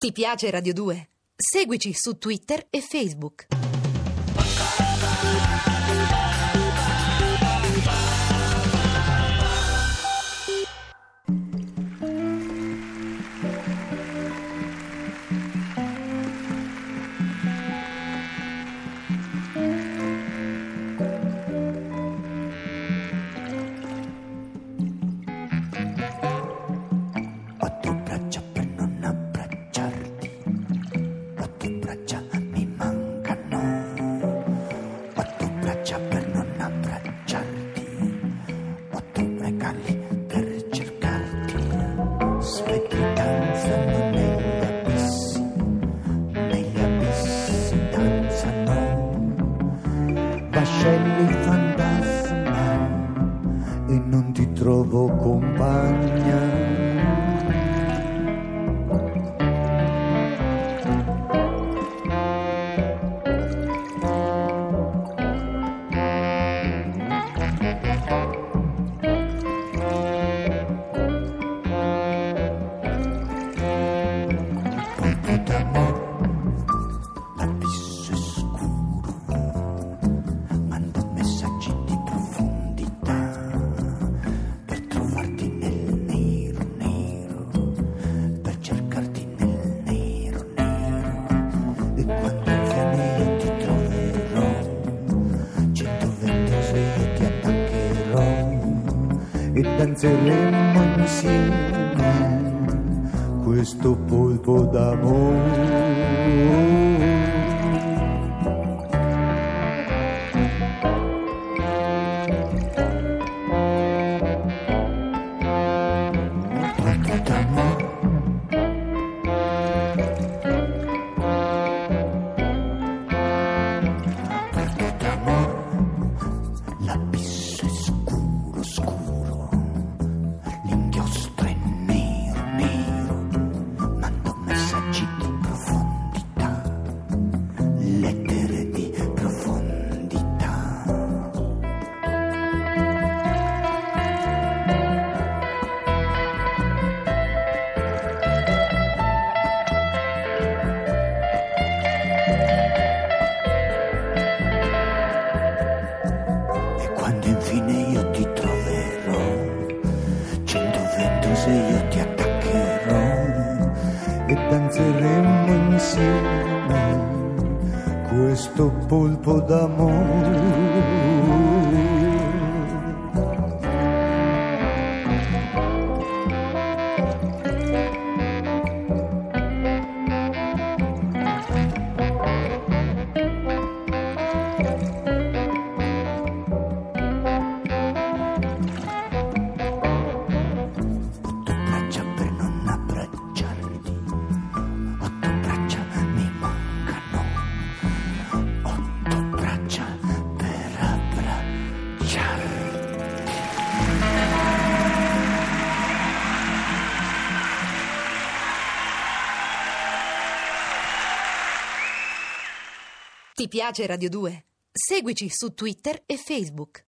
Ti piace Radio 2? Seguici su Twitter e Facebook. Vascelli fantasma e non ti trovo compagna. E danzeremo insieme questo polpo d'amore. L'abisso è scuro, scuro, l'inchiostro è nero, nero, mando messaggi di profondità, lettere di profondità. Quando infine io ti troverò, 126 io ti attaccherò e danzeremo insieme questo polpo d'amore. Ti piace Radio 2? Seguici su Twitter e Facebook.